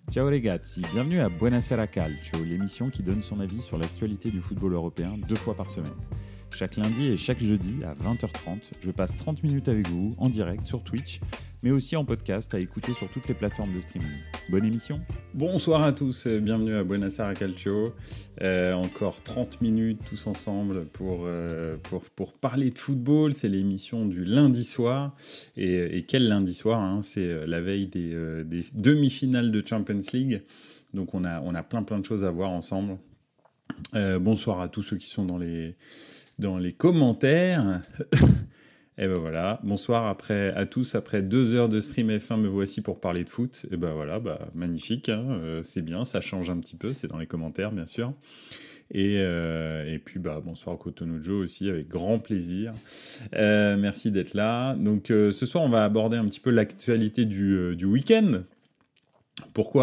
Ciao ragazzi, bienvenue à Buonasera Calcio, l'émission qui donne son avis sur l'actualité du football européen 2 fois par semaine. Chaque lundi et chaque jeudi à 20h30, je passe 30 minutes avec vous en direct sur Twitch, mais aussi en podcast à écouter sur toutes les plateformes de streaming. Bonne émission. Bonsoir à tous, bienvenue à Buonasera Calcio. Encore 30 minutes tous ensemble pour parler de football. C'est l'émission du lundi soir. Et quel lundi soir, hein, c'est la veille des demi-finales de Champions League. Donc on a plein de choses à voir ensemble. Bonsoir à tous ceux qui sont dans les commentaires. Et ben voilà, bonsoir à tous, après 2 heures de stream F1, me voici pour parler de foot. Et ben voilà, magnifique, hein, c'est bien, ça change un petit peu, c'est dans les commentaires bien sûr. Et puis bonsoir Cotonou Joe aussi, avec grand plaisir. Merci d'être là. Donc ce soir, on va aborder un petit peu l'actualité du week-end. Pourquoi ?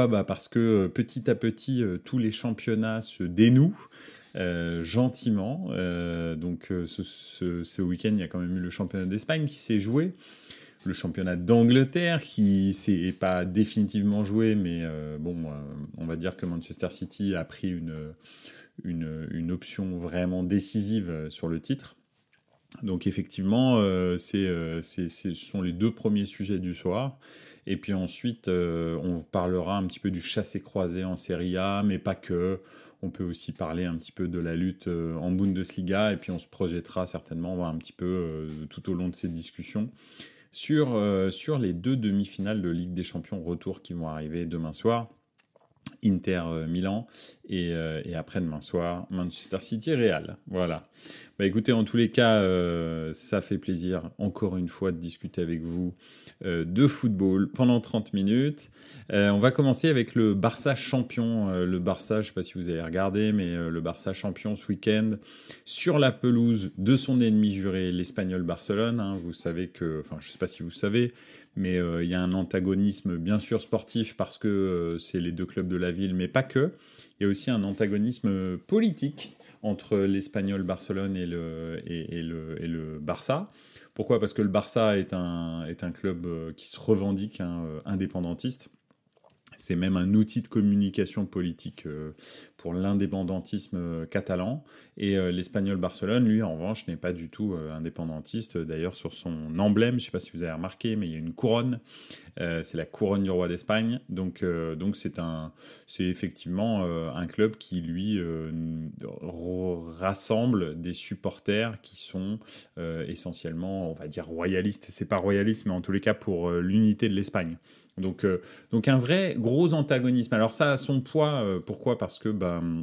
Parce que petit à petit, tous les championnats se dénouent. Gentiment. Donc ce week-end, il y a quand même eu le championnat d'Espagne qui s'est joué, le championnat d'Angleterre qui s'est pas définitivement joué, mais on va dire que Manchester City a pris une option vraiment décisive sur le titre. Donc effectivement, ce sont les 2 premiers sujets du soir. Et puis ensuite, on parlera un petit peu du chassé-croisé en Serie A, mais pas que. On peut aussi parler un petit peu de la lutte en Bundesliga, et puis on se projettera certainement un petit peu tout au long de cette discussion sur les 2 demi-finales de Ligue des Champions retour qui vont arriver demain soir. Inter Milan et après-demain soir Manchester City Real. Voilà. Écoutez, en tous les cas, ça fait plaisir encore une fois de discuter avec vous de football pendant 30 minutes. On va commencer avec le Barça champion. Le Barça, je ne sais pas si vous avez regardé, mais le Barça champion ce week-end sur la pelouse de son ennemi juré, l'Espagnol Barcelone. Hein. Vous savez que, enfin, je ne sais pas si vous savez, mais il y a un antagonisme bien sûr sportif parce que c'est les 2 clubs de la ville, mais pas que. Il y a aussi un antagonisme politique entre l'Espagnol Barcelone et le Barça. Pourquoi ? Parce que le Barça est un club qui se revendique indépendantiste. C'est même un outil de communication politique pour l'indépendantisme catalan. Et l'Espagnol Barcelone, lui, en revanche, n'est pas du tout indépendantiste. D'ailleurs, sur son emblème, je ne sais pas si vous avez remarqué, mais il y a une couronne. C'est la couronne du roi d'Espagne. Donc c'est effectivement un club qui, lui, rassemble des supporters qui sont essentiellement, on va dire, royalistes. C'est pas royaliste, mais en tous les cas pour l'unité de l'Espagne. Donc un vrai gros antagonisme. Alors ça a son poids. Pourquoi ? Parce que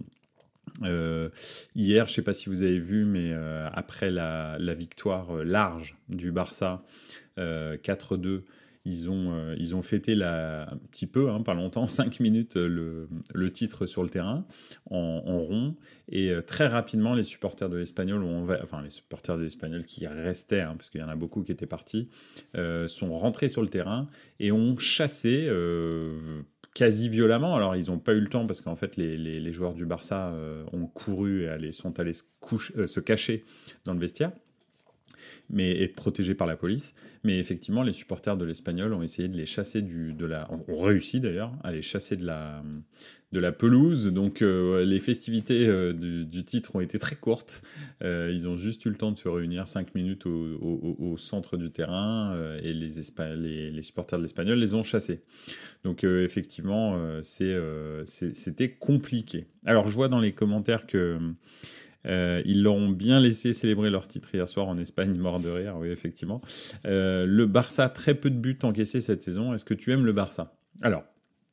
hier, je ne sais pas si vous avez vu, mais après la victoire large du Barça 4-2, ils ont fêté un petit peu, pas longtemps, 5 minutes, le titre sur le terrain, en rond. Et très rapidement, les supporters de l'Espagnol, les supporters de l'Espagnol qui restaient, parce qu'il y en a beaucoup qui étaient partis, sont rentrés sur le terrain et ont chassé quasi violemment. Alors, ils n'ont pas eu le temps parce qu'en fait, les joueurs du Barça ont couru et sont allés se cacher dans le vestiaire, mais être protégés par la police. Mais effectivement, les supporters de l'Espagnol ont essayé de les chasser ont réussi d'ailleurs à les chasser de la pelouse. Donc les festivités du titre ont été très courtes. Ils ont juste eu le temps de se réunir 5 minutes au centre du terrain et les supporters de l'Espagnol les ont chassés. Donc effectivement, c'était compliqué. Alors je vois dans les commentaires que ils leur ont bien laissé célébrer leur titre hier soir en Espagne, mort de rire, oui, effectivement. Le Barça, très peu de buts encaissés cette saison. Est-ce que tu aimes le Barça ? Alors,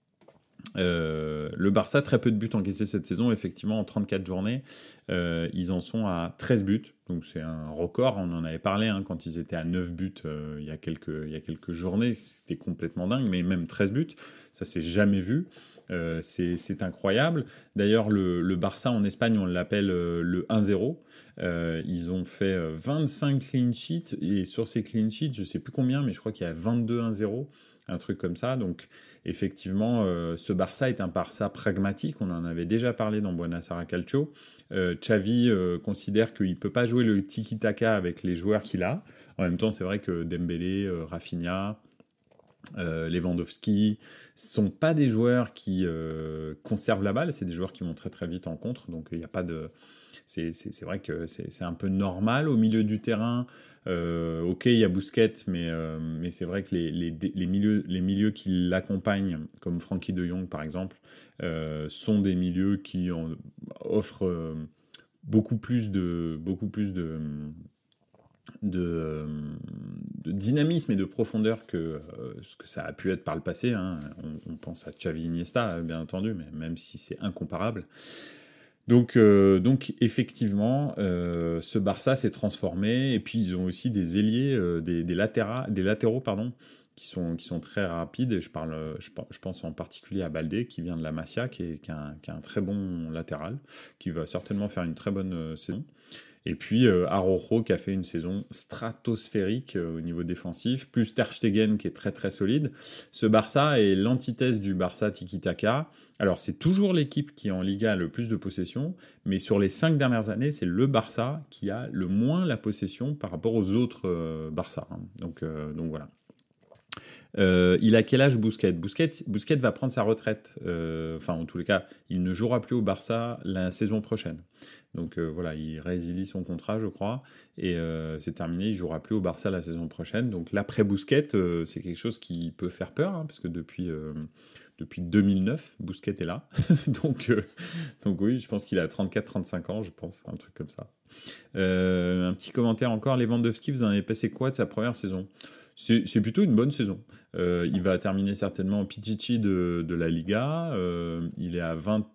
le Barça, très peu de buts encaissés cette saison, effectivement, en 34 journées. Ils en sont à 13 buts, donc c'est un record. On en avait parlé quand ils étaient à 9 buts il y a quelques journées. C'était complètement dingue, mais même 13 buts, ça s'est jamais vu. C'est incroyable. D'ailleurs, le Barça en Espagne, on l'appelle le 1-0. Ils ont fait 25 clean sheets, et sur ces clean sheets, je ne sais plus combien, mais je crois qu'il y a 22 1-0, un truc comme ça. Donc, effectivement, ce Barça est un Barça pragmatique. On en avait déjà parlé dans Buonasera Calcio. Xavi considère qu'il ne peut pas jouer le tiki-taka avec les joueurs qu'il a. En même temps, c'est vrai que Dembélé, Rafinha, Lewandowski, sont pas des joueurs qui conservent la balle, c'est des joueurs qui vont très très vite en contre, donc il n'y a pas de... C'est vrai que c'est un peu normal au milieu du terrain. Ok, il y a Busquets, mais c'est vrai que les milieux qui l'accompagnent, comme Frankie de Jong par exemple, sont des milieux qui offrent beaucoup plus de dynamisme et de profondeur que ce que ça a pu être par le passé. Hein. On pense à Xavi Iniesta, bien entendu, mais même si c'est incomparable. Donc effectivement, ce Barça s'est transformé, et puis ils ont aussi des ailiers, des latéraux, pardon, qui sont très rapides, et je pense en particulier à Baldé, qui vient de la Masia, qui a un très bon latéral, qui va certainement faire une très bonne saison. Et puis Araujo qui a fait une saison stratosphérique au niveau défensif, plus Ter Stegen qui est très très solide. Ce Barça est l'antithèse du Barça tiki-taka. Alors c'est toujours l'équipe qui en Liga a le plus de possession, mais sur les 5 dernières années, c'est le Barça qui a le moins la possession par rapport aux autres Barça. Hein. Donc voilà. Il a quel âge Busquets va prendre sa retraite. Enfin, en tous les cas, il ne jouera plus au Barça la saison prochaine. Donc voilà, il résilie son contrat, je crois, et c'est terminé. Il jouera plus au Barça la saison prochaine. Donc l'après Busquets, c'est quelque chose qui peut faire peur, hein, parce que depuis 2009, Busquets est là. donc oui, je pense qu'il a 34-35 ans, je pense, un truc comme ça. Un petit commentaire encore. Lewandowski, vous en avez passé quoi de sa première saison ? C'est plutôt une bonne saison. Il va terminer certainement Pichichi de la Liga. Il est à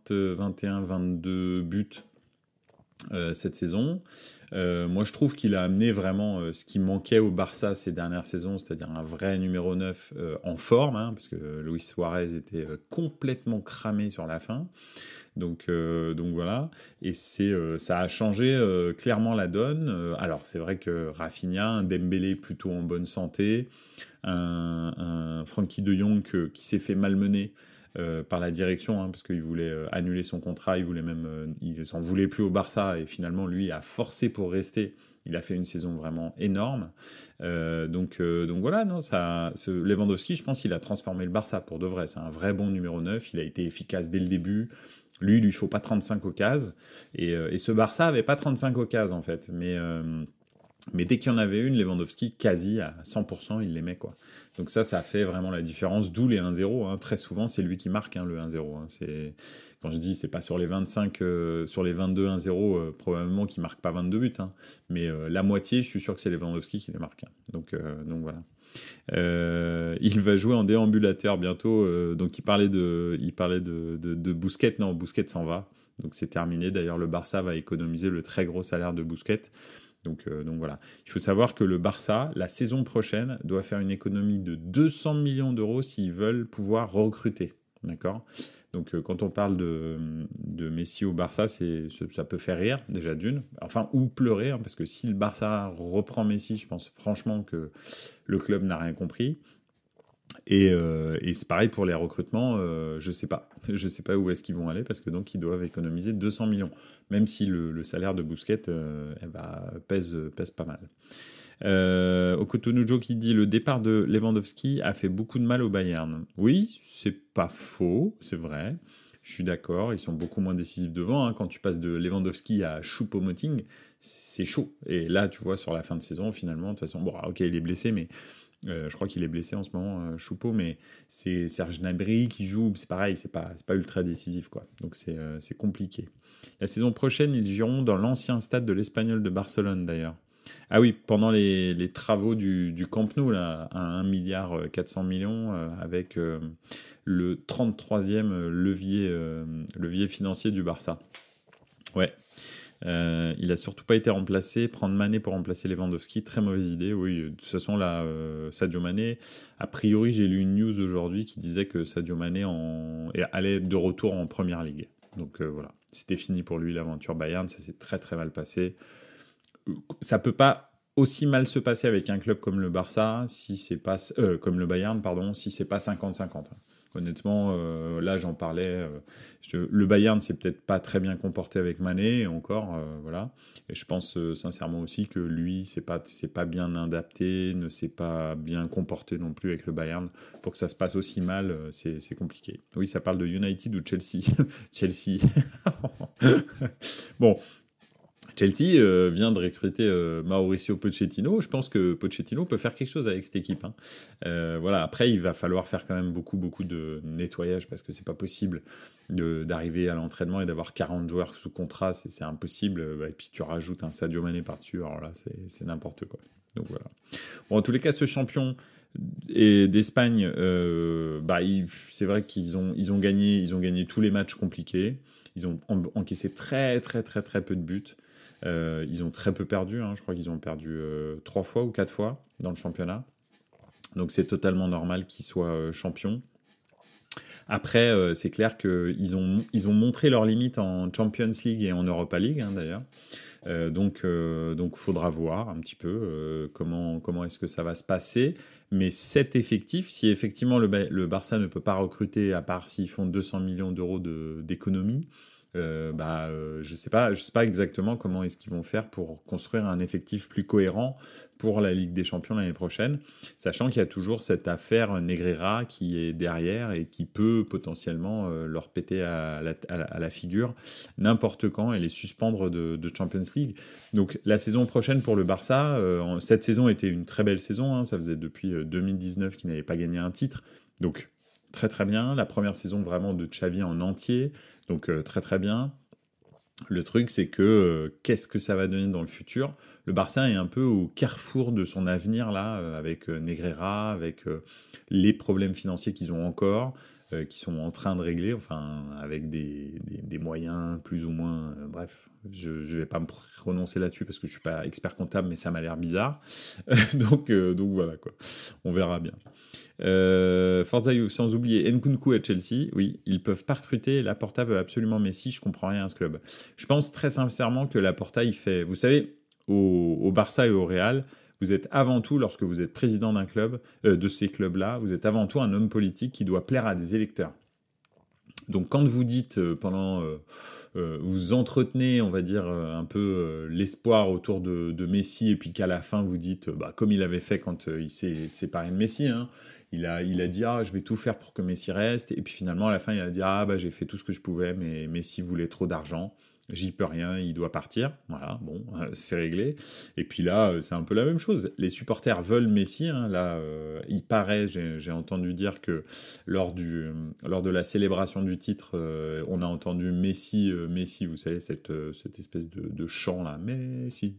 21-22 buts cette saison. Moi, je trouve qu'il a amené vraiment ce qui manquait au Barça ces dernières saisons, c'est-à-dire un vrai numéro 9 en forme, hein, parce que Luis Suarez était complètement cramé sur la fin. Donc voilà, et ça a changé clairement la donne. Alors c'est vrai que Rafinha, un Dembélé plutôt en bonne santé, un Frankie de Jong qui s'est fait malmener par la direction, hein, parce qu'il voulait annuler son contrat, il s'en voulait plus au Barça, et finalement lui a forcé pour rester. Il a fait une saison vraiment énorme. Donc voilà, non, Lewandowski, je pense qu'il a transformé le Barça pour de vrai. C'est un vrai bon numéro 9, il a été efficace dès le début. Lui, il lui faut pas 35 occasions. Et ce Barça avait pas 35 occasions, en fait. Mais dès qu'il y en avait une, Lewandowski, quasi à 100%, il l'aimait, quoi. Donc ça fait vraiment la différence, d'où les 1-0. Hein. Très souvent, c'est lui qui marque, hein, le 1-0. Hein. Quand je dis, c'est pas sur les 25, sur les 22 1-0, probablement qu'il marque pas 22 buts. Hein. Mais la moitié, je suis sûr que c'est Lewandowski qui les marque. Hein. Donc voilà. Il va jouer en déambulateur bientôt. Donc il parlait de Busquets. Non, Busquets s'en va. Donc c'est terminé. D'ailleurs, le Barça va économiser le très gros salaire de Busquets. Donc voilà. Il faut savoir que le Barça, la saison prochaine, doit faire une économie de 200 millions d'euros s'ils veulent pouvoir recruter. D'accord ? Donc quand on parle de Messi au Barça, ça peut faire rire, déjà d'une. Enfin, ou pleurer, hein, parce que si le Barça reprend Messi, je pense franchement que le club n'a rien compris. Et c'est pareil pour les recrutements, je sais pas où est-ce qu'ils vont aller, parce que donc ils doivent économiser 200 millions, même si le salaire de Busquets pèse pas mal. Okotonujo qui dit: le départ de Lewandowski a fait beaucoup de mal au Bayern. Oui, c'est pas faux, c'est vrai. Je suis d'accord, ils sont beaucoup moins décisifs devant. Hein. Quand tu passes de Lewandowski à Choupo-Moting, c'est chaud. Et là, tu vois, sur la fin de saison, finalement, de toute façon, bon, ok, il est blessé, mais je crois qu'il est blessé en ce moment, Choupo, mais c'est Serge Gnabry qui joue, c'est pareil, c'est pas ultra décisif, quoi. Donc c'est compliqué. La saison prochaine, ils joueront dans l'ancien stade de l'Espagnol de Barcelone, d'ailleurs. Ah oui, pendant les travaux du Camp Nou, là, à 1,4 milliard avec le 33e levier financier du Barça. Ouais. Il a surtout pas été remplacé. Prendre Mané pour remplacer Lewandowski, très mauvaise idée. Oui, de toute façon, là, Sadio Mané, a priori, j'ai lu une news aujourd'hui qui disait que Sadio Mané allait de retour en Première Ligue. Donc voilà, c'était fini pour lui l'aventure Bayern, ça s'est très très mal passé. Ça peut pas aussi mal se passer avec un club comme le Barça, si c'est pas comme le Bayern, pardon, si c'est pas 50-50. Honnêtement, là j'en parlais. Le Bayern s'est peut-être pas très bien comporté avec Mané, et encore, voilà. Et je pense sincèrement aussi que lui, c'est pas bien adapté, ne s'est pas bien comporté non plus avec le Bayern. Pour que ça se passe aussi mal, c'est compliqué. Oui, ça parle de United ou Chelsea. Chelsea. Bon, Chelsea vient de recruter Mauricio Pochettino. Je pense que Pochettino peut faire quelque chose avec cette équipe, hein. Voilà. Après, il va falloir faire quand même beaucoup de nettoyage parce que c'est pas possible d'arriver à l'entraînement et d'avoir 40 joueurs sous contrat. C'est impossible. Et puis tu rajoutes un Sadio Mané par-dessus. Alors là, c'est n'importe quoi. Donc voilà. Bon, en tous les cas, ce champion d'Espagne, c'est vrai qu'ils ont gagné tous les matchs compliqués. Ils ont encaissé très peu de buts. Ils ont très peu perdu, hein. Je crois qu'ils ont perdu 3 fois ou 4 fois dans le championnat. Donc c'est totalement normal qu'ils soient champions. Après, c'est clair qu'ils ont montré leurs limites en Champions League et en Europa League, hein, d'ailleurs. Donc, faudra voir un petit peu comment est-ce que ça va se passer. Mais cet effectif, si effectivement le Barça ne peut pas recruter, à part s'ils font 200 millions d'euros d'économie, je sais pas exactement comment est-ce qu'ils vont faire pour construire un effectif plus cohérent pour la Ligue des Champions l'année prochaine, sachant qu'il y a toujours cette affaire Negreira qui est derrière et qui peut potentiellement leur péter à la figure n'importe quand et les suspendre de Champions League. Donc la saison prochaine pour le Barça, cette saison était une très belle saison, hein, ça faisait depuis 2019 qu'ils n'avaient pas gagné un titre, donc très très bien. La première saison vraiment de Xavi en entier, donc très très bien. Le truc, c'est que qu'est-ce que ça va donner dans le futur ? Le Barça est un peu au carrefour de son avenir, là, avec Negreira, avec les problèmes financiers qu'ils ont encore, qui sont en train de régler, enfin, avec des moyens plus ou moins... bref, je ne vais pas me prononcer là-dessus parce que je ne suis pas expert comptable, mais ça m'a l'air bizarre. donc voilà, quoi. On verra bien. Forza Youth, sans oublier Nkunku à Chelsea, oui, ils peuvent pas recruter. Laporta veut absolument Messi, je comprends rien à ce club. Je pense très sincèrement que Laporta, il fait, vous savez, au Barça et au Real, vous êtes avant tout, lorsque vous êtes président d'un club, de ces clubs-là, vous êtes avant tout un homme politique qui doit plaire à des électeurs. Donc quand vous dites vous entretenez, on va dire, un peu l'espoir autour de Messi, et puis qu'à la fin vous dites, comme il avait fait quand il s'est séparé de Messi, hein, il a dit je vais tout faire pour que Messi reste, et puis finalement à la fin il a dit j'ai fait tout ce que je pouvais, mais Messi voulait trop d'argent. J'y peux rien, il doit partir. Voilà, bon, c'est réglé. Et puis là, c'est un peu la même chose. Les supporters veulent Messi. Hein, là, il paraît, j'ai entendu dire que lors de la célébration du titre, on a entendu Messi, vous savez, cette espèce de chant là, Messi,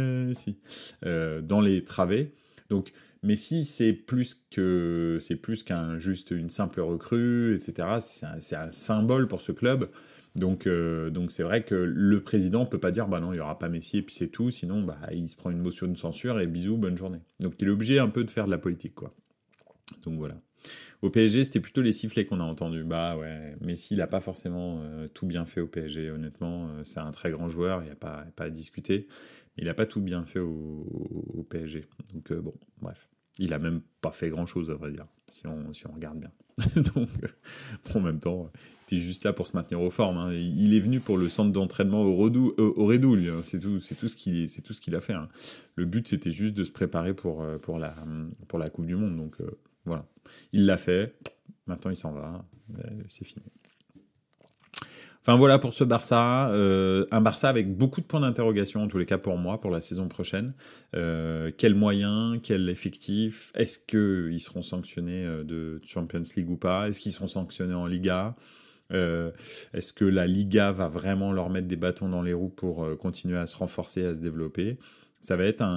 dans les travées. Donc, Messi, c'est plus qu'un juste une simple recrue, etc. C'est un symbole pour ce club. Donc c'est vrai que le président peut pas dire non, il y aura pas Messi et puis c'est tout, sinon il se prend une motion de censure et bisous, bonne journée. Donc il est obligé un peu de faire de la politique, quoi. Donc voilà. Au PSG, c'était plutôt les sifflets qu'on a entendus. Ouais, Messi, il a pas forcément tout bien fait au PSG, honnêtement. C'est un très grand joueur, il n'y a pas à discuter. Mais il a pas tout bien fait au PSG. Donc bon, bref. Il a même pas fait grand-chose, à vrai dire, si on regarde bien. Donc, en même temps, il était juste là pour se maintenir aux formes, hein. Il est venu pour le centre d'entraînement au Redou, lui, hein. C'est tout ce qu'il a fait, hein. Le but, c'était juste de se préparer pour la Coupe du Monde. Donc, voilà. Il l'a fait. Maintenant, il s'en va. C'est fini. Enfin voilà pour ce Barça, un Barça avec beaucoup de points d'interrogation en tous les cas pour moi pour la saison prochaine. Quels moyens, quel effectif, est-ce qu'ils seront sanctionnés de Champions League ou pas, est-ce qu'ils seront sanctionnés en Liga, est-ce que la Liga va vraiment leur mettre des bâtons dans les roues pour continuer à se renforcer, à se développer. Ça va être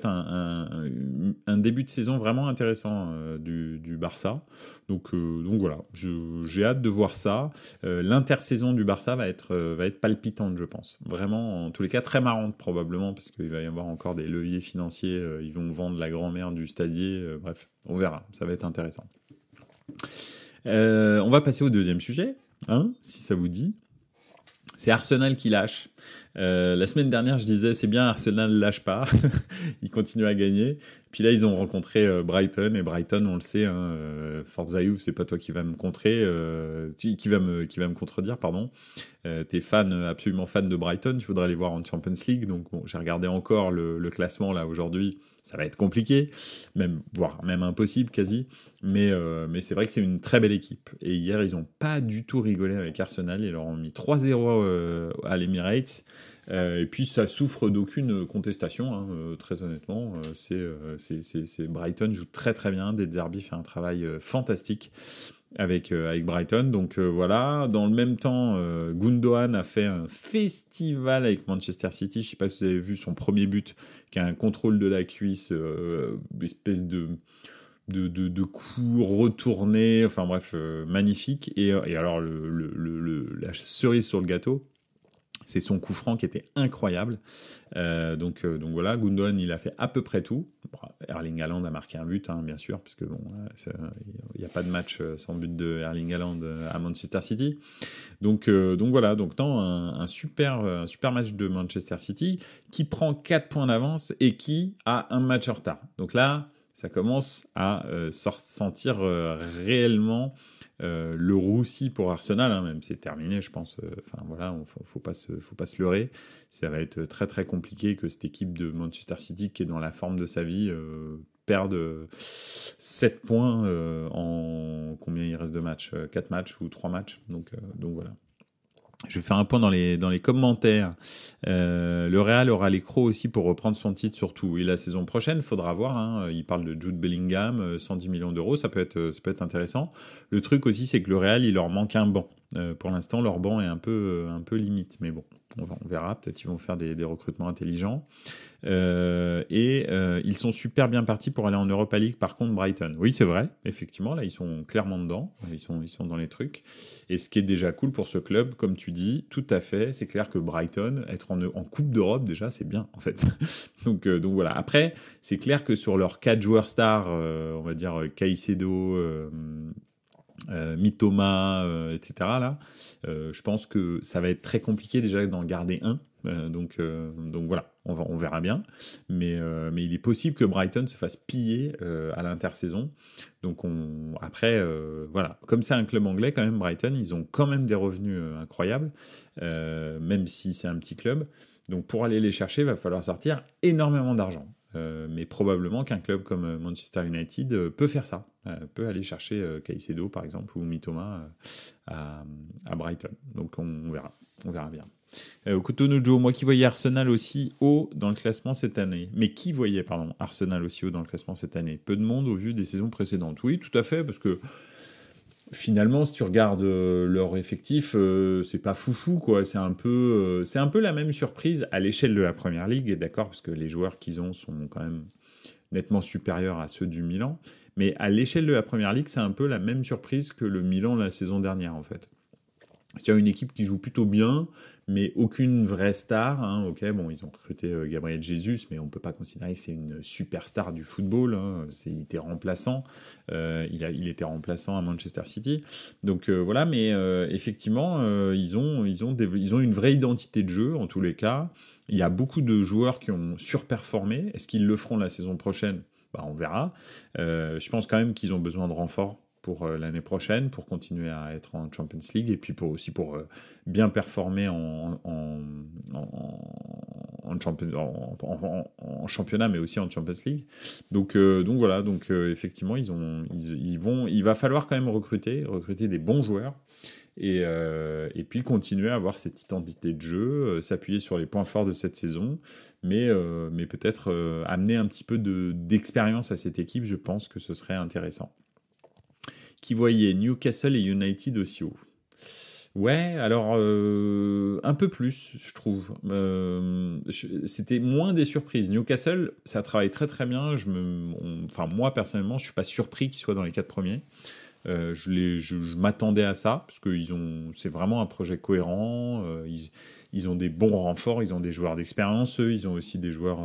un début de saison vraiment intéressant du Barça. Donc voilà, j'ai hâte de voir ça. L'intersaison du Barça va être palpitante, je pense. Vraiment, en tous les cas, très marrante probablement, parce qu'il va y avoir encore des leviers financiers. Ils vont vendre la grand-mère du stadier. Bref, on verra. Ça va être intéressant. On va passer au deuxième sujet, si ça vous dit. C'est Arsenal qui lâche. La semaine dernière, je disais, c'est bien, Arsenal ne lâche pas. Il continue à gagner. Puis là, ils ont rencontré Brighton, et Brighton, on le sait, hein, Forza Youth, c'est pas toi qui va me contrer, qui va me contredire, pardon. T'es absolument fan de Brighton, il faudra les voir en Champions League. Donc bon, j'ai regardé encore le classement là aujourd'hui. Ça va être compliqué, voire même impossible quasi. Mais c'est vrai que c'est une très belle équipe. Et hier, ils n'ont pas du tout rigolé avec Arsenal. Ils leur ont mis 3-0 à l'Emirates. Et puis ça souffre d'aucune contestation, hein, très honnêtement. Brighton joue très très bien. De Zerbi fait un travail fantastique avec Brighton. Donc voilà. Dans le même temps, Gundogan a fait un festival avec Manchester City. Je ne sais pas si vous avez vu son premier but, qui a un contrôle de la cuisse, espèce de coup retourné, enfin bref, magnifique. Et alors la cerise sur le gâteau, c'est son coup franc qui était incroyable. Donc voilà, Gundogan, il a fait à peu près tout. Bon, Erling Haaland a marqué un but, hein, bien sûr, parce que bon, il n'y a pas de match sans but de Erling Haaland à Manchester City. Donc voilà, donc non, un super match de Manchester City qui prend 4 points d'avance et qui a un match en retard. Donc là, ça commence à sentir réellement le roussi pour Arsenal, hein, même c'est terminé, je pense. Enfin voilà, faut pas se leurrer. Ça va être très très compliqué que cette équipe de Manchester City, qui est dans la forme de sa vie, perde 7 points en combien il reste de matchs, 4 matchs ou 3 matchs. Donc voilà. Je vais faire un point dans les commentaires. Le Real aura les crocs aussi pour reprendre son titre surtout. Et la saison prochaine, il faudra voir. Hein, il parle de Jude Bellingham, 110 millions d'euros, ça peut être intéressant. Le truc aussi, c'est que le Real, il leur manque un banc. Pour l'instant, leur banc est un peu limite. Mais bon, on verra. Peut-être qu'ils vont faire des recrutements intelligents. Ils sont super bien partis pour aller en Europa League, par contre Brighton. Oui, c'est vrai, effectivement, là ils sont clairement dedans, ils sont dans les trucs. Et ce qui est déjà cool pour ce club, comme tu dis, tout à fait, c'est clair que Brighton, être en Coupe d'Europe déjà, c'est bien en fait. donc voilà. Après, c'est clair que sur leurs 4 joueurs stars, on va dire Caicedo, Mitoma, etc. là, je pense que ça va être très compliqué déjà d'en garder un. Donc voilà, on verra bien. Mais il est possible que Brighton se fasse piller à l'intersaison. Donc après, voilà. Comme c'est un club anglais, quand même, Brighton, ils ont quand même des revenus incroyables, même si c'est un petit club. Donc pour aller les chercher, il va falloir sortir énormément d'argent. Mais probablement qu'un club comme Manchester United peut faire ça, peut aller chercher Caicedo par exemple ou Mitoma à Brighton. Donc on verra bien. Cotonou, moi qui voyais Arsenal aussi haut dans le classement cette année. Mais qui voyait, Arsenal aussi haut dans le classement cette année? Peu de monde au vu des saisons précédentes. Oui, tout à fait, parce que finalement, si tu regardes leur effectif, c'est pas foufou, quoi. C'est un peu la même surprise à l'échelle de la Première Ligue, d'accord, parce que les joueurs qu'ils ont sont quand même nettement supérieurs à ceux du Milan. Mais à l'échelle de la Première Ligue, c'est un peu la même surprise que le Milan la saison dernière, en fait. C'est une équipe qui joue plutôt bien, mais aucune vraie star. Hein. Ok, bon, ils ont recruté Gabriel Jesus, mais on peut pas considérer que c'est une superstar du football. Hein. Il était remplaçant. Il était remplaçant à Manchester City. Donc voilà, mais effectivement, ils ont une vraie identité de jeu en tous les cas. Il y a beaucoup de joueurs qui ont surperformé. Est-ce qu'ils le feront la saison prochaine? On verra. Je pense quand même qu'ils ont besoin de renforts pour l'année prochaine, pour continuer à être en Champions League, et puis pour bien performer en championnat, mais aussi en Champions League. Donc voilà, effectivement, il va falloir quand même recruter des bons joueurs, et puis continuer à avoir cette identité de jeu, s'appuyer sur les points forts de cette saison, mais peut-être amener un petit peu d'expérience à cette équipe. Je pense que ce serait intéressant. Qui voyait Newcastle et United aussi haut. Ouais, alors un peu plus, je trouve. C'était moins des surprises. Newcastle, ça travaille très très bien. Moi personnellement, je suis pas surpris qu'ils soient dans les 4 premiers. Je m'attendais à ça parce que c'est vraiment un projet cohérent. Ils ont des bons renforts, ils ont des joueurs d'expérience. Ils ont aussi des joueurs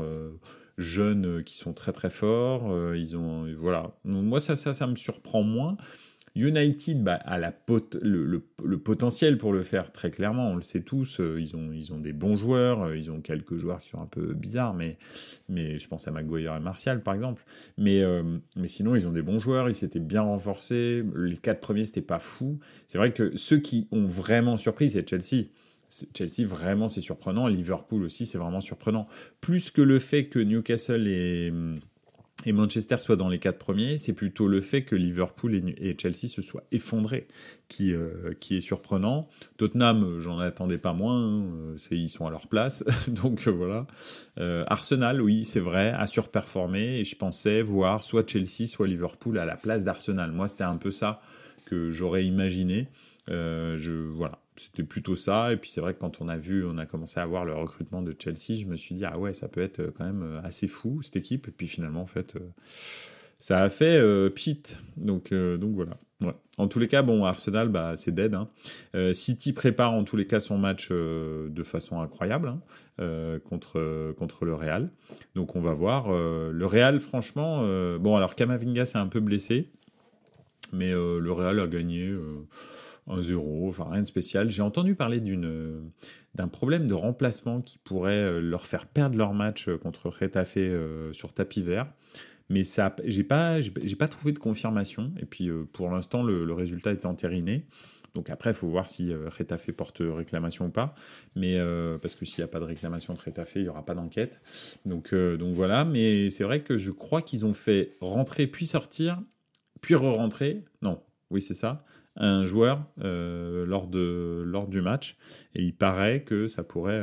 jeunes qui sont très très forts. Voilà. Moi ça me surprend moins. United a le potentiel pour le faire, très clairement, on le sait tous. Ils ont des bons joueurs, ils ont quelques joueurs qui sont un peu bizarres, mais je pense à Maguire et Martial, par exemple. Mais sinon, ils ont des bons joueurs, ils s'étaient bien renforcés. Les 4 premiers, c'était pas fou. C'est vrai que ceux qui ont vraiment surpris, c'est Chelsea. Chelsea, vraiment, c'est surprenant. Liverpool aussi, c'est vraiment surprenant. Plus que le fait que Newcastle et Manchester soient dans les 4 premiers, c'est plutôt le fait que Liverpool et Chelsea se soient effondrés qui est surprenant. Tottenham, j'en attendais pas moins, ils sont à leur place, donc voilà. Arsenal, oui, c'est vrai, a surperformé, et je pensais voir soit Chelsea, soit Liverpool à la place d'Arsenal. Moi, c'était un peu ça que j'aurais imaginé. Voilà, c'était plutôt ça. Et puis c'est vrai que quand on a commencé à voir le recrutement de Chelsea, je me suis dit ah ouais, ça peut être quand même assez fou cette équipe. Et puis finalement en fait, ça a fait pchit. Donc voilà. Ouais. En tous les cas, bon, Arsenal, c'est dead. Hein. City prépare en tous les cas son match de façon incroyable contre le Real. Donc on va voir. Le Real, franchement, bon alors Camavinga s'est un peu blessé, mais le Real a gagné. 1-0, enfin rien de spécial. J'ai entendu parler d'un problème de remplacement qui pourrait leur faire perdre leur match contre Getafe sur tapis vert. Mais ça, j'ai pas trouvé de confirmation. Et puis pour l'instant, le résultat est entériné. Donc après, il faut voir si Getafe porte réclamation ou pas. Mais parce que s'il n'y a pas de réclamation de Getafe, il n'y aura pas d'enquête. Donc voilà. Mais c'est vrai que je crois qu'ils ont fait rentrer puis sortir, puis re-rentrer. Non, oui c'est ça. Un joueur lors du match, et il paraît que ça pourrait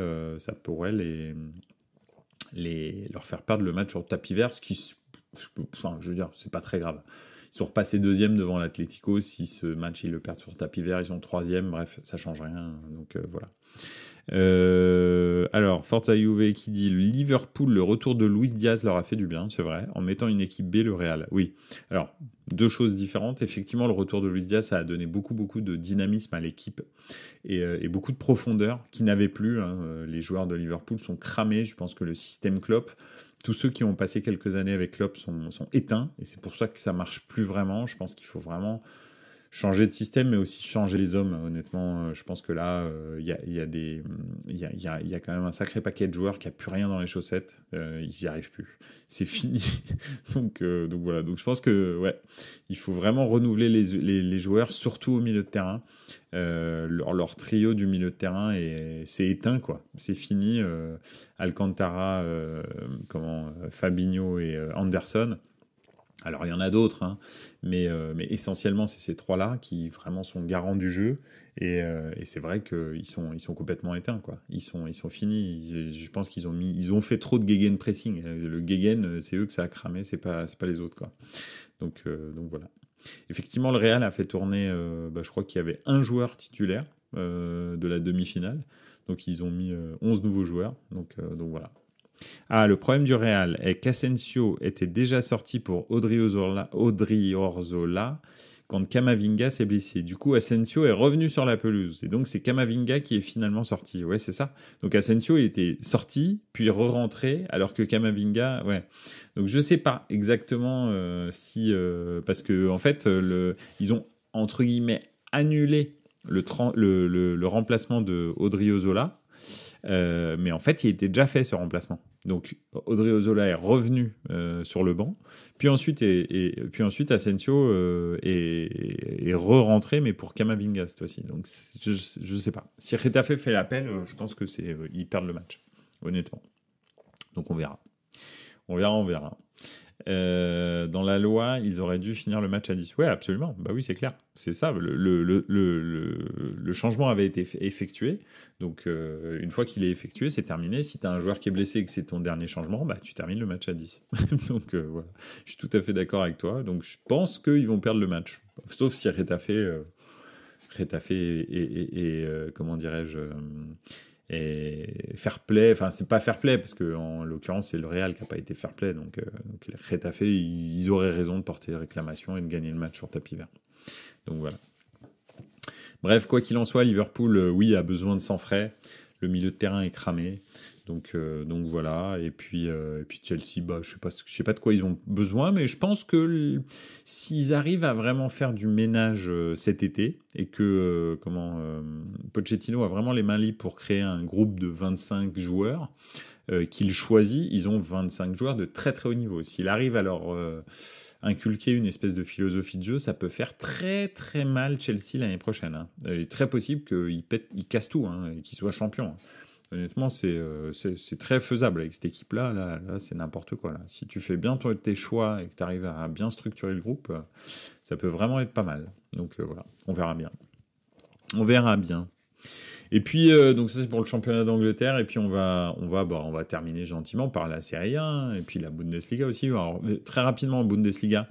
leur faire perdre le match sur le tapis vert, ce qui, enfin, je veux dire, c'est pas très grave. Ils sont repassés deuxième devant l'Atlético. Si ce match ils le perdent sur le tapis vert, ils sont troisième. Bref, ça change rien. Donc voilà. Alors, Forza Juve qui dit Liverpool, le retour de Luis Diaz leur a fait du bien, c'est vrai, en mettant une équipe B, le Real. Oui, alors, deux choses différentes. Effectivement, le retour de Luis Diaz, ça a donné beaucoup de dynamisme à l'équipe et beaucoup de profondeur qui n'avait plus. Hein. Les joueurs de Liverpool sont cramés. Je pense que le système Klopp, tous ceux qui ont passé quelques années avec Klopp sont éteints, et c'est pour ça que ça marche plus vraiment. Je pense qu'il faut vraiment changer de système, mais aussi changer les hommes. Honnêtement, je pense que là, il y a quand même un sacré paquet de joueurs qui a plus rien dans les chaussettes. Ils y arrivent plus. C'est fini. donc voilà. Donc je pense que ouais, il faut vraiment renouveler les joueurs, surtout au milieu de terrain. Leur trio du milieu de terrain c'est éteint quoi. C'est fini. Alcantara, Fabinho et Anderson. Alors il y en a d'autres, hein, mais essentiellement c'est ces trois-là qui vraiment sont garants du jeu, et c'est vrai qu'ils sont complètement éteints quoi. Ils sont finis. Je pense qu'ils ont fait trop de gegenpressing. Le gegen, c'est eux que ça a cramé, c'est pas les autres quoi. Donc voilà. Effectivement, le Real a fait tourner. Je crois qu'il y avait un joueur titulaire de la demi-finale, donc ils ont mis 11 nouveaux joueurs. Donc voilà. Ah, le problème du Real est qu'Asensio était déjà sorti pour Odriozola quand Camavinga s'est blessé. Du coup, Asensio est revenu sur la pelouse. Et donc, c'est Camavinga qui est finalement sorti. Ouais, c'est ça. Donc, Asensio, il était sorti, puis re-rentré, alors que Camavinga, ouais. Donc, je sais pas exactement si... parce que, en fait, ils ont, entre guillemets, annulé le remplacement de Odriozola. Mais en fait, il était déjà fait ce remplacement. Donc, Odriozola est revenu sur le banc. Puis ensuite, Asensio est re-rentré, mais pour Camavinga cette fois-ci. Donc, je ne sais pas. Si Getafe fait l'appel, je pense que ils perdent le match, honnêtement. Donc, on verra. On verra. Dans la loi, ils auraient dû finir le match à 10. Ouais, absolument. Bah oui, c'est clair. C'est ça. Le changement avait été effectué. Donc, une fois qu'il est effectué, c'est terminé. Si tu as un joueur qui est blessé et que c'est ton dernier changement, bah, tu termines le match à 10. Donc, voilà. Je suis tout à fait d'accord avec toi. Donc, je pense qu'ils vont perdre le match. Sauf si Getafe et comment dirais-je... et fair play, enfin c'est pas fair play parce que en l'occurrence c'est le Real qui a pas été fair play, donc Getafe ils auraient raison de porter réclamation et de gagner le match sur tapis vert. Donc voilà. Bref, quoi qu'il en soit, Liverpool oui a besoin de sang frais, le milieu de terrain est cramé, Donc voilà, et puis Chelsea, je sais pas de quoi ils ont besoin, mais je pense que s'ils arrivent à vraiment faire du ménage cet été, et que Pochettino a vraiment les mains libres pour créer un groupe de 25 joueurs, qu'il choisit, ils ont 25 joueurs de très très haut niveau. S'il arrive à leur inculquer une espèce de philosophie de jeu, ça peut faire très très mal Chelsea l'année prochaine. Hein. Il est très possible qu'ils cassent tout, hein, et qu'ils soient champions. Hein. Honnêtement, c'est très faisable avec cette équipe-là. Là, c'est n'importe quoi. Là. Si tu fais bien tes choix et que tu arrives à bien structurer le groupe, ça peut vraiment être pas mal. Donc voilà, on verra bien. On verra bien. Et puis, donc ça c'est pour le championnat d'Angleterre, et puis on va terminer gentiment par la Serie A, et puis la Bundesliga aussi. Alors, très rapidement, en Bundesliga,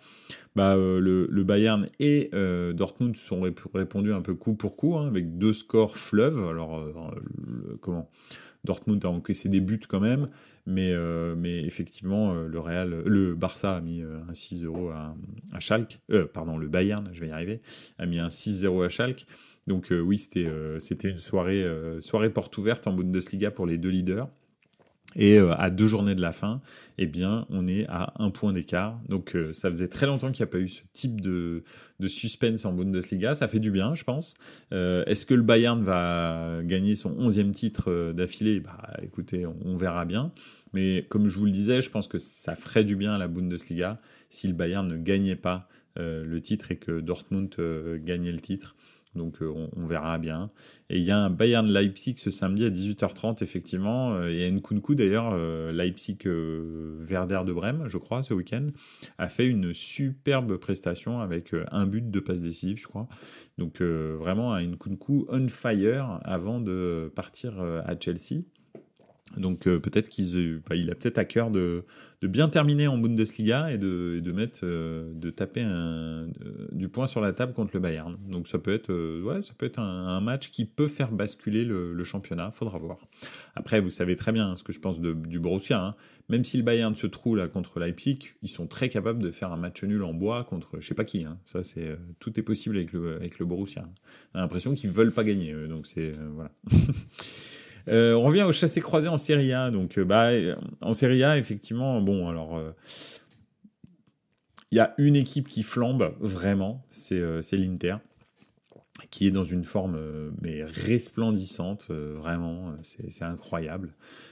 le Bayern et Dortmund se sont répondus un peu coup pour coup, hein, avec 2 scores fleuves. Alors, Dortmund a encaissé des buts quand même, mais effectivement, le Barça a mis un 6-0 à Schalke. Le Bayern, je vais y arriver, a mis un 6-0 à Schalke. Donc oui, c'était une soirée porte ouverte en Bundesliga pour les 2 leaders. Et à 2 journées de la fin, eh bien, on est à 1 point d'écart. Donc ça faisait très longtemps qu'il n'y a pas eu ce type de suspense en Bundesliga. Ça fait du bien, je pense. Est-ce que le Bayern va gagner son 11e titre d'affilée ? Écoutez, on verra bien. Mais comme je vous le disais, je pense que ça ferait du bien à la Bundesliga si le Bayern ne gagnait pas le titre et que Dortmund gagnait le titre. Donc on verra bien. Et il y a un Bayern Leipzig ce samedi à 18h30, effectivement. Il y a Nkunku d'ailleurs, Leipzig Werder de Brême, je crois, ce week-end, a fait une superbe prestation avec un but, 2 passes décisives, je crois. Donc vraiment un Nkunku on fire avant de partir à Chelsea. Donc peut-être il a peut-être à cœur de bien terminer en Bundesliga et de taper du poing sur la table contre le Bayern. Donc ça peut être un match qui peut faire basculer le championnat. Faudra voir. Après, vous savez très bien ce que je pense du Borussia. Hein. Même si le Bayern se trouve là contre Leipzig, ils sont très capables de faire un match nul en bois contre je sais pas qui. Hein. Ça tout est possible avec le Borussia. On a l'impression qu'ils veulent pas gagner. Donc c'est voilà. On revient au chassé-croisé en Serie A. Donc, en Serie A, effectivement, il y a une équipe qui flambe vraiment, c'est l'Inter, qui est dans une forme mais resplendissante, vraiment, c'est incroyable.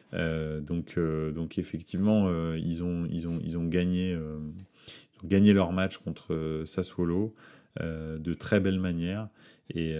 Donc effectivement, ils ont gagné leur match contre Sassuolo. De très belle manière et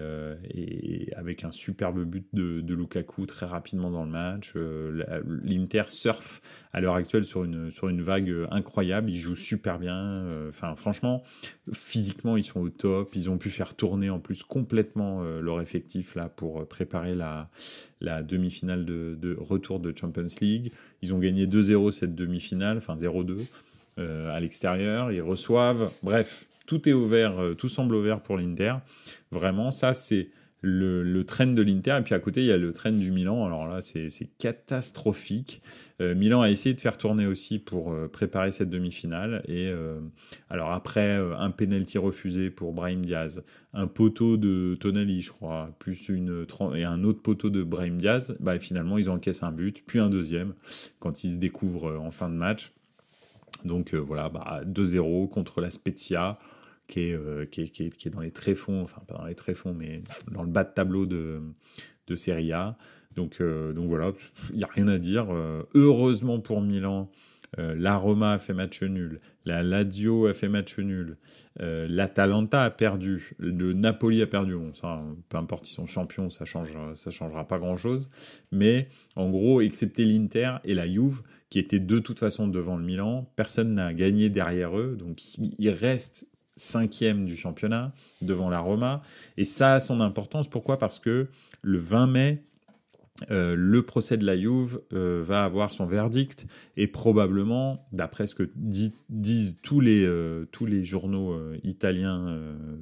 avec un superbe but de Lukaku très rapidement dans le match. L'Inter surfe à l'heure actuelle sur une vague incroyable, ils jouent super bien, franchement physiquement ils sont au top, ils ont pu faire tourner en plus complètement leur effectif là pour préparer la demi-finale de retour de Champions League. Ils ont gagné 2-0 cette demi-finale, 0-2 à l'extérieur, ils reçoivent, bref, tout est ouvert, tout semble ouvert pour l'Inter. Vraiment, ça, c'est le trend de l'Inter. Et puis à côté, il y a le trend du Milan. Alors là, c'est catastrophique. Milan a essayé de faire tourner aussi pour préparer cette demi-finale. Et alors après, un penalty refusé pour Brahim Diaz, un poteau de Tonali, je crois, et un autre poteau de Brahim Diaz, finalement, ils encaissent un but, puis un deuxième, quand ils se découvrent en fin de match. Donc 2-0 contre la Spezia, qui est dans les tréfonds, pas dans les tréfonds, mais dans le bas de tableau de Serie A. Donc voilà, il n'y a rien à dire. Heureusement pour Milan, la Roma a fait match nul, la Lazio a fait match nul, l'Atalanta a perdu, le Napoli a perdu. Bon, ça, peu importe, ils sont champions, ça changera pas grand-chose. Mais en gros, excepté l'Inter et la Juve, qui étaient de toute façon devant le Milan, personne n'a gagné derrière eux, donc ils restent 5e du championnat, devant la Roma, et ça a son importance. Pourquoi ? Parce que le 20 mai, le procès de la Juve va avoir son verdict, et probablement, d'après ce que disent tous les journaux italiens,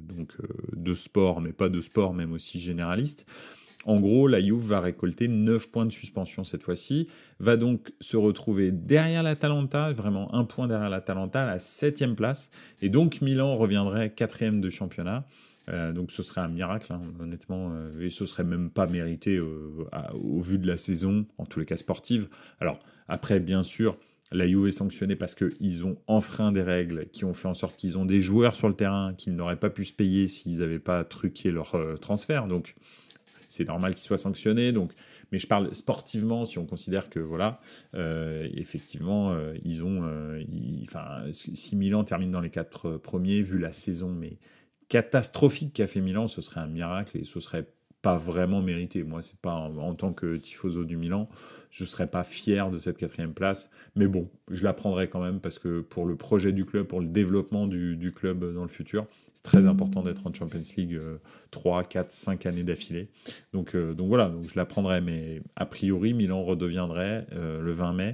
de sport, mais pas de sport, même aussi généralistes, en gros, la Juve va récolter 9 points de suspension cette fois-ci, va donc se retrouver derrière l'Atalanta, vraiment 1 point derrière l'Atalanta, à la 7e place, et donc Milan reviendrait 4e de championnat. Donc ce serait un miracle, hein, honnêtement, et ce serait même pas mérité au vu de la saison, en tous les cas sportive. Alors après, bien sûr, la Juve est sanctionnée parce qu'ils ont enfreint des règles qui ont fait en sorte qu'ils ont des joueurs sur le terrain qu'ils n'auraient pas pu se payer s'ils n'avaient pas truqué leur transfert. Donc c'est normal qu'ils soient sanctionnés. Donc, mais je parle sportivement, si on considère que voilà, effectivement, ils ont, enfin, si Milan termine dans les 4 premiers, vu la saison, mais catastrophique qu'a fait Milan, ce serait un miracle et ce serait pas vraiment mérité. Moi, c'est pas en tant que tifoso du Milan, je serais pas fier de cette 4e place, mais bon, je la prendrai quand même parce que pour le projet du club, pour le développement du club dans le futur, c'est très important d'être en Champions League 3, 4, 5 années d'affilée. Donc voilà, donc je la prendrai, mais a priori, Milan redeviendrait le 20 mai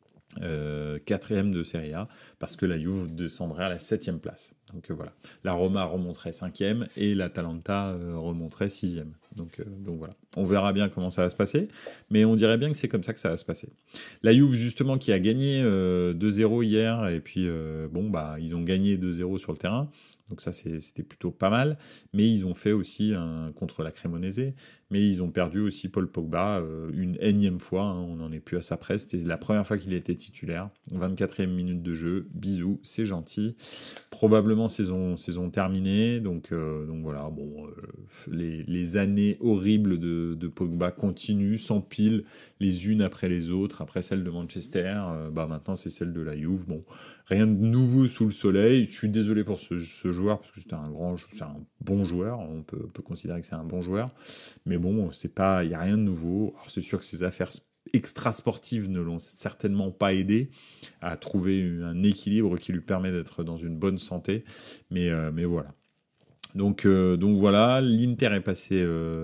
4e de Serie A, parce que la Juve descendrait à la 7e place. Donc voilà. La Roma remonterait 5e et l'Atalanta remonterait 6e. Donc voilà. On verra bien comment ça va se passer, mais on dirait bien que c'est comme ça que ça va se passer. La Juve, justement, qui a gagné 2-0 hier, et puis ils ont gagné 2-0 sur le terrain. Donc ça, c'était plutôt pas mal. Mais ils ont fait aussi contre la Cremonese. Mais ils ont perdu aussi Paul Pogba une énième fois. Hein, on n'en est plus à sa presse. C'était la première fois qu'il était titulaire. 24e minute de jeu. Bisous, c'est gentil. Probablement saison terminée. Donc voilà. Bon, les années horribles de Pogba continuent, s'empilent les unes après les autres. Après celle de Manchester, maintenant c'est celle de la Juve. Bon, rien de nouveau sous le soleil. Je suis désolé pour ce joueur parce que c'est un bon joueur. On peut considérer que c'est un bon joueur. Mais bon, il n'y a rien de nouveau. Alors, c'est sûr que ces affaires extra-sportives ne l'ont certainement pas aidé à trouver un équilibre qui lui permet d'être dans une bonne santé. Mais voilà. Donc voilà, l'Inter est passé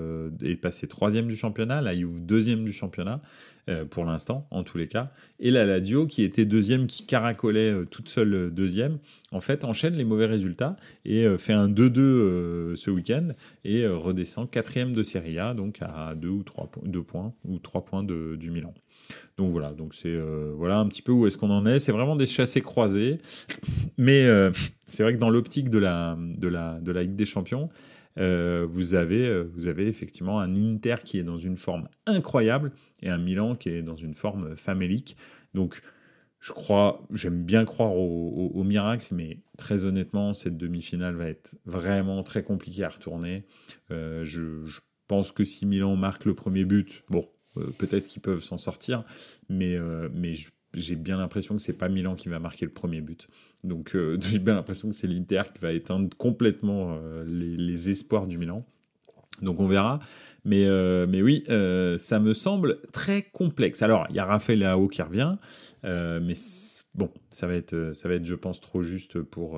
3e du championnat, la Juve 2e du championnat, pour l'instant, en tous les cas. Et la Lazio, qui était 2e, qui caracolait toute seule 2e, en fait, enchaîne les mauvais résultats et fait un 2-2 ce week-end et redescend 4e de Serie A, donc à 2 points ou 3 points du Milan. Donc voilà, donc c'est voilà un petit peu où est-ce qu'on en est. C'est vraiment des chassés croisés, mais c'est vrai que dans l'optique de la Ligue des Champions, vous avez effectivement un Inter qui est dans une forme incroyable et un Milan qui est dans une forme famélique. Donc j'aime bien croire au miracle, mais très honnêtement, cette demi-finale va être vraiment très compliquée à retourner. Je pense que si Milan marque le premier but, bon, peut-être qu'ils peuvent s'en sortir, mais j'ai bien l'impression que c'est pas Milan qui va marquer le premier but. Donc j'ai bien l'impression que c'est l'Inter qui va éteindre complètement les espoirs du Milan. Donc on verra. Mais oui, ça me semble très complexe. Alors, il y a Raphaël Leao qui revient, mais bon, ça va être, je pense, trop juste pour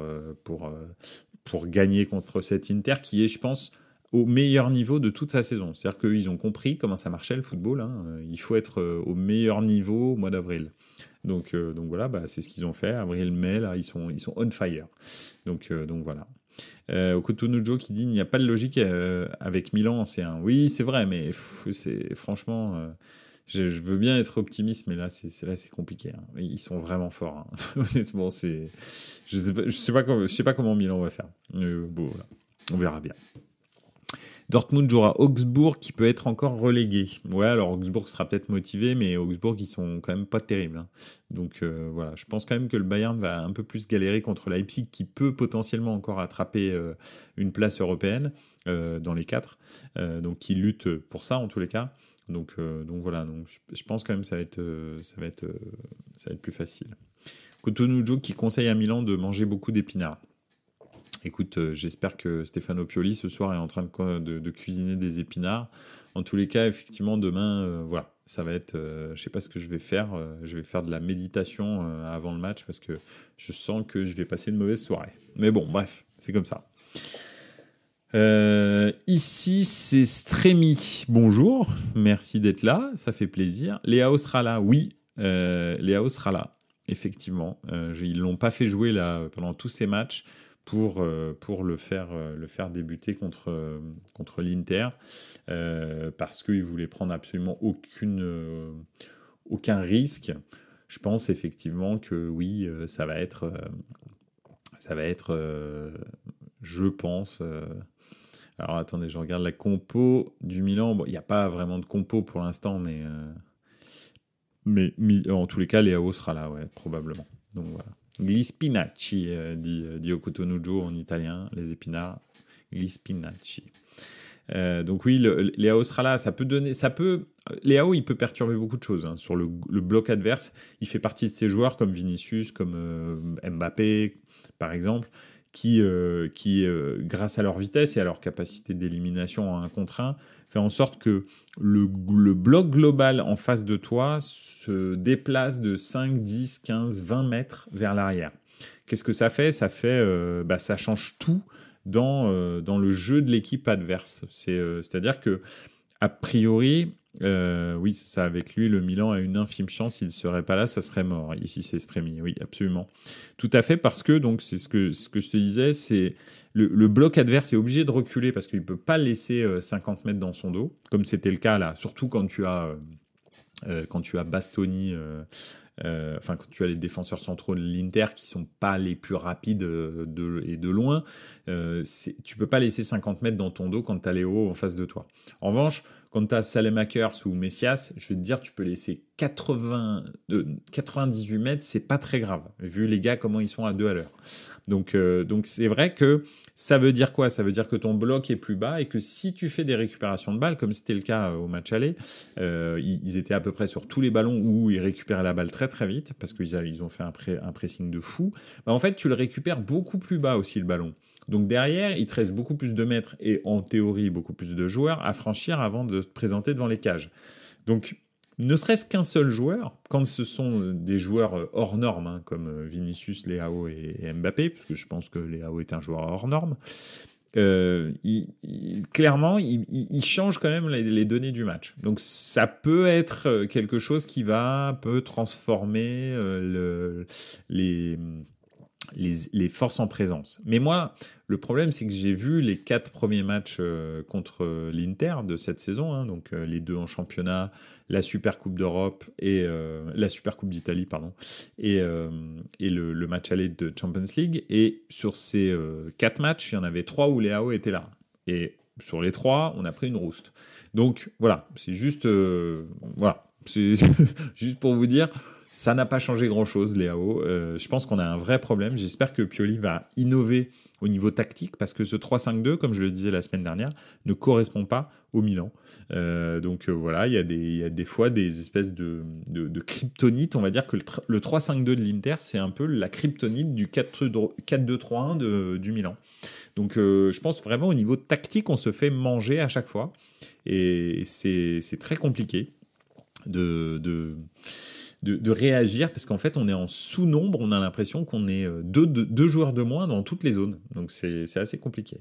gagner contre cet Inter qui est, je pense, au meilleur niveau de toute sa saison. C'est-à-dire qu'ils ont compris comment ça marchait le football. Hein. Il faut être au meilleur niveau au mois d'avril. Donc voilà, c'est ce qu'ils ont fait. Avril, mai, là, ils sont on fire. Donc voilà. Okutunujo qui dit il n'y a pas de logique avec Milan en C1. Oui, c'est vrai, mais franchement, je veux bien être optimiste, mais là c'est compliqué. Hein. Ils sont vraiment forts. Hein. Honnêtement, je sais pas comment Milan va faire. Bon, voilà. On verra bien. Dortmund jouera Augsbourg qui peut être encore relégué. Ouais, alors Augsbourg sera peut-être motivé, mais Augsbourg ils sont quand même pas terribles. Hein. Donc voilà, je pense quand même que le Bayern va un peu plus galérer contre Leipzig qui peut potentiellement encore attraper une place européenne dans les 4. Donc qui lutte pour ça en tous les cas. Donc voilà, donc je pense quand même que ça va être plus facile. Cotonujo qui conseille à Milan de manger beaucoup d'épinards. Écoute, j'espère que Stefano Pioli ce soir est en train de cuisiner des épinards. En tous les cas, effectivement, demain, voilà, ça va être... je sais pas ce que je vais faire. Je vais faire de la méditation avant le match parce que je sens que je vais passer une mauvaise soirée. Mais bon, bref, c'est comme ça. Ici, c'est Strémy. Bonjour, merci d'être là, ça fait plaisir. Léao sera là, oui, Léao sera là, effectivement. Ils l'ont pas fait jouer là pendant tous ces matchs pour le faire débuter contre l'Inter parce qu'il voulait prendre absolument aucun risque. Je pense effectivement que oui, ça va être je pense Alors attendez, je regarde la compo du Milan. Bon, il n'y a pas vraiment de compo pour l'instant, mais en tous les cas, Leao sera là, ouais, probablement. Donc voilà. Gli spinaci, dit Okotonujo en italien, les épinards. Gli spinaci. Donc oui, Leao sera là. Leao, il peut perturber beaucoup de choses hein, sur le bloc adverse. Il fait partie de ces joueurs comme Vinicius, comme Mbappé, par exemple, qui grâce à leur vitesse et à leur capacité d'élimination en 1 contre 1, fait en sorte que le bloc global en face de toi se déplace de 5, 10, 15, 20 mètres vers l'arrière. Qu'est-ce que ça fait ? Ça change tout dans le jeu de l'équipe adverse. C'est-à-dire que, a priori, oui, c'est ça, avec lui, le Milan a une infime chance, s'il ne serait pas là, ça serait mort. Ici, c'est Stremi, oui, absolument. Tout à fait, parce que, donc, c'est ce que je te disais, c'est le bloc adverse est obligé de reculer parce qu'il ne peut pas laisser 50 mètres dans son dos, comme c'était le cas là, surtout quand tu as Bastoni, quand tu as les défenseurs centraux de l'Inter qui sont pas les plus rapides et de loin, tu peux pas laisser 50 mètres dans ton dos quand tu as Léo en face de toi. En revanche, quand tu as Saelemaekers ou Messias, je vais te dire, tu peux laisser 98 mètres, c'est pas très grave, vu les gars comment ils sont à 2 à l'heure. Donc c'est vrai que ça veut dire quoi ? Ça veut dire que ton bloc est plus bas et que si tu fais des récupérations de balles, comme c'était le cas au match aller, ils étaient à peu près sur tous les ballons où ils récupéraient la balle très très vite parce qu'ils ont fait un pressing de fou. En fait, tu le récupères beaucoup plus bas aussi le ballon. Donc derrière, il te reste beaucoup plus de mètres et en théorie beaucoup plus de joueurs à franchir avant de te présenter devant les cages. Donc ne serait-ce qu'un seul joueur, quand ce sont des joueurs hors normes, hein, comme Vinicius, Leao et Mbappé, parce que je pense que Leao est un joueur hors norme, clairement, il change quand même les données du match. Donc ça peut être quelque chose qui peut transformer les forces en présence. Mais moi, le problème, c'est que j'ai vu les 4 premiers matchs contre l'Inter de cette saison, hein, donc les 2 en championnat, la Super Coupe d'Europe et la Super Coupe d'Italie, pardon, et le match aller de Champions League. Et sur ces 4 matchs, il y en avait 3 où Leao était là. Et sur les 3, on a pris une rouste. Donc voilà, c'est juste, c'est juste pour vous dire. Ça n'a pas changé grand-chose, Leao. Je pense qu'on a un vrai problème. J'espère que Pioli va innover au niveau tactique parce que ce 3-5-2, comme je le disais la semaine dernière, ne correspond pas au Milan. Voilà, il y a des fois des espèces de kryptonite. On va dire que le 3-5-2 de l'Inter, c'est un peu la kryptonite du 4-2-3-1 du Milan. Donc je pense vraiment au niveau tactique, on se fait manger à chaque fois. Et c'est très compliqué de réagir parce qu'en fait on est en sous-nombre, on a l'impression qu'on est deux joueurs de moins dans toutes les zones, donc c'est assez compliqué.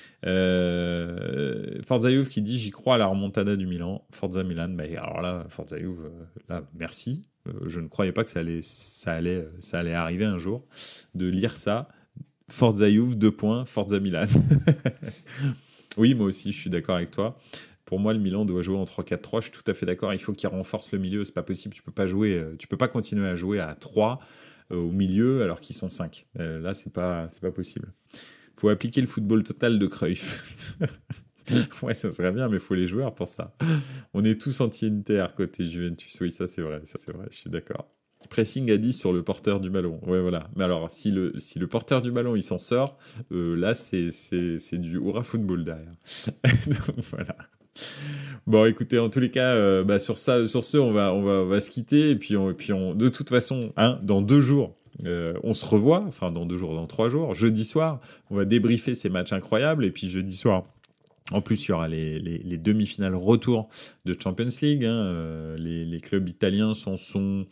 Forza Juve qui dit j'y crois à la remontada du Milan. Forza Milan, mais alors là Forza Juve, là merci, je ne croyais pas que ça allait arriver un jour de lire ça. Forza Juve, 2 points, Forza Milan. Oui, moi aussi je suis d'accord avec toi. Pour moi, le Milan doit jouer en 3-4-3. Je suis tout à fait d'accord. Il faut qu'il renforce le milieu. C'est pas possible. Tu peux pas continuer à jouer à 3 au milieu alors qu'ils sont 5. Là, c'est pas possible. Faut appliquer le football total de Cruyff. Ouais, ça serait bien, mais il faut les joueurs pour ça. On est tous anti-Inter côté Juventus. Oui, ça c'est vrai. Je suis d'accord. Pressing à 10 sur le porteur du ballon. Ouais, voilà. Mais alors, si le porteur du ballon, il s'en sort, là, c'est du hurrah football derrière. Donc, voilà. Bon, écoutez, en tous les cas, sur ce, on va se quitter et puis de toute façon, hein, dans 2 jours, on se revoit. Enfin, dans 2 jours, dans 3 jours, jeudi soir, on va débriefer ces matchs incroyables et puis jeudi soir. En plus, il y aura les demi-finales retour de Champions League. Hein, les clubs italiens sont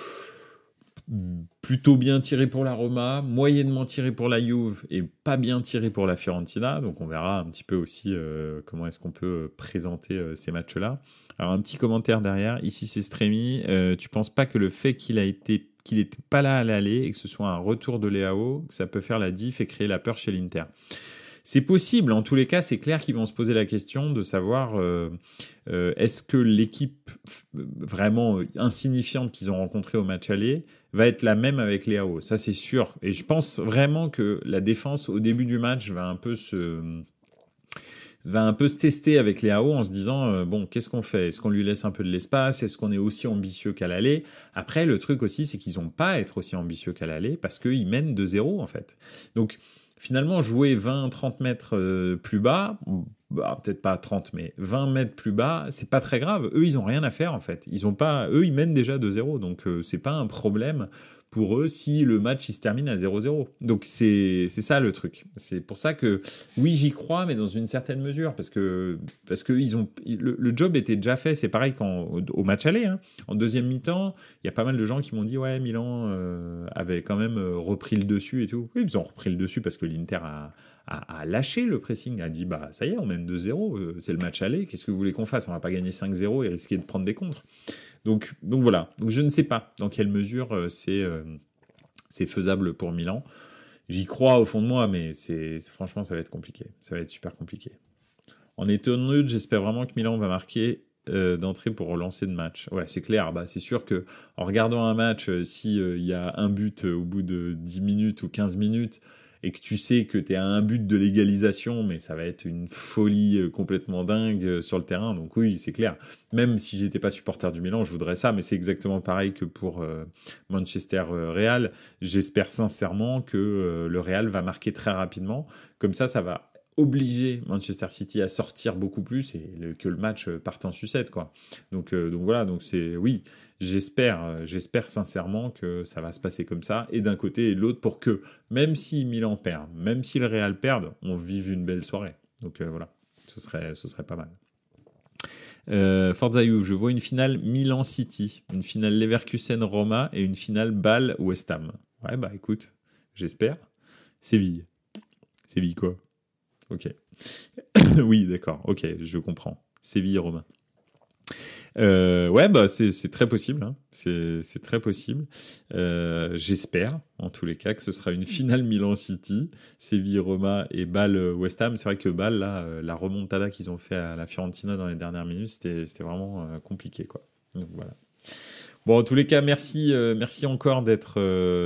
plutôt bien tiré pour la Roma, moyennement tiré pour la Juve et pas bien tiré pour la Fiorentina. Donc on verra un petit peu aussi comment est-ce qu'on peut présenter ces matchs-là. Alors un petit commentaire derrière. Ici c'est Stremi. Tu penses pas que le fait qu'il n'était pas là à l'aller et que ce soit un retour de Leao, que ça peut faire la diff et créer la peur chez l'Inter ? C'est possible, en tous les cas, c'est clair qu'ils vont se poser la question de savoir est-ce que l'équipe vraiment insignifiante qu'ils ont rencontrée au match aller va être la même avec Leao. Ça, c'est sûr. Et je pense vraiment que la défense, au début du match, va un peu va un peu se tester avec les AO en se disant bon, qu'est-ce qu'on fait? Est-ce qu'on lui laisse un peu de l'espace? Est-ce qu'on est aussi ambitieux qu'à l'aller? Après, le truc aussi, c'est qu'ils n'ont pas à être aussi ambitieux qu'à l'aller parce qu'ils mènent 2-0 en fait. Donc finalement, jouer 20-30 mètres plus bas, bah, peut-être pas 30, mais 20 mètres plus bas, c'est pas très grave. Eux, ils ont rien à faire en fait. Eux, ils mènent déjà 2-0, donc c'est pas un problème pour eux si le match il se termine à 0-0. Donc c'est ça le truc. C'est pour ça que oui, j'y crois, mais dans une certaine mesure, parce que le job était déjà fait. C'est pareil au match aller. Hein. En deuxième mi-temps, il y a pas mal de gens qui m'ont dit ouais, Milan avait quand même repris le dessus et tout. Oui, ils ont repris le dessus parce que l'Inter a lâché le pressing, a dit bah ça y est, on mène 2-0, c'est le match aller, qu'est-ce que vous voulez qu'on fasse? On va pas gagner 5-0 et risquer de prendre des contres. Donc voilà, donc je ne sais pas dans quelle mesure c'est faisable pour Milan. J'y crois au fond de moi, mais franchement ça va être compliqué, ça va être super compliqué. En étant neutre, j'espère vraiment que Milan va marquer d'entrée pour relancer de match. Ouais, c'est clair. Bah, c'est sûr que en regardant un match, si il y a un but au bout de 10 minutes ou 15 minutes et que tu sais que tu es à un but de l'égalisation, mais ça va être une folie complètement dingue sur le terrain. Donc oui, c'est clair. Même si j'étais pas supporter du Milan, je voudrais ça, mais c'est exactement pareil que pour Manchester Real. J'espère sincèrement que le Real va marquer très rapidement. Comme ça va obliger Manchester City à sortir beaucoup plus et que le match parte en sucette, quoi. Donc voilà, donc c'est oui, j'espère sincèrement que ça va se passer comme ça et d'un côté et de l'autre pour que même si Milan perd, même si le Real perd, on vive une belle soirée. Donc voilà, ce serait pas mal. Forza You, je vois une finale Milan City, une finale Leverkusen Roma et une finale Bâle West Ham. Ouais bah écoute, j'espère. Séville quoi? Ok. Oui, d'accord. Ok, je comprends. Séville, Romain. Ouais, bah c'est très possible. Hein. C'est très possible. J'espère, en tous les cas, que ce sera une finale Milan City, Séville, Roma et Bâle West Ham. C'est vrai que Bâle, là, la remontada qu'ils ont fait à la Fiorentina dans les dernières minutes, c'était vraiment compliqué, quoi. Donc voilà. Bon, en tous les cas, merci encore d'être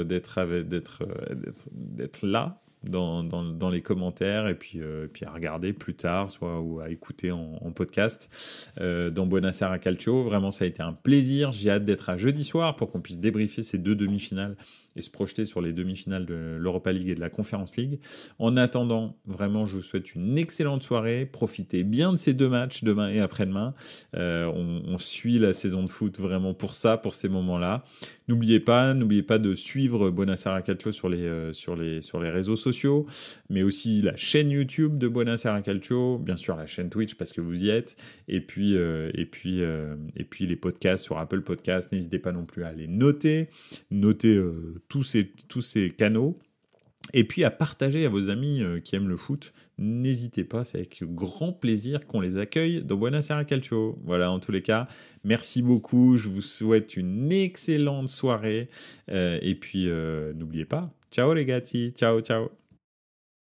là dans les commentaires et puis à regarder plus tard, soit ou à écouter en podcast dans Buonasera Calcio. Vraiment, ça a été un plaisir. J'ai hâte d'être à jeudi soir pour qu'on puisse débriefer ces 2 demi-finales et se projeter sur les demi-finales de l'Europa League et de la Conference League. En attendant, vraiment, je vous souhaite une excellente soirée. Profitez bien de ces 2 matchs, demain et après-demain. On suit la saison de foot vraiment pour ça, pour ces moments-là. N'oubliez pas de suivre Buonasera Calcio sur les réseaux sociaux, mais aussi la chaîne YouTube de Buonasera Calcio, bien sûr la chaîne Twitch parce que vous y êtes, et puis les podcasts sur Apple Podcasts. N'hésitez pas non plus à les noter tous ces canaux. Et puis à partager à vos amis qui aiment le foot. N'hésitez pas, c'est avec grand plaisir qu'on les accueille dans Buonasera Calcio. Voilà, en tous les cas, merci beaucoup. Je vous souhaite une excellente soirée. Et puis, n'oubliez pas, ciao les gars, ciao, ciao.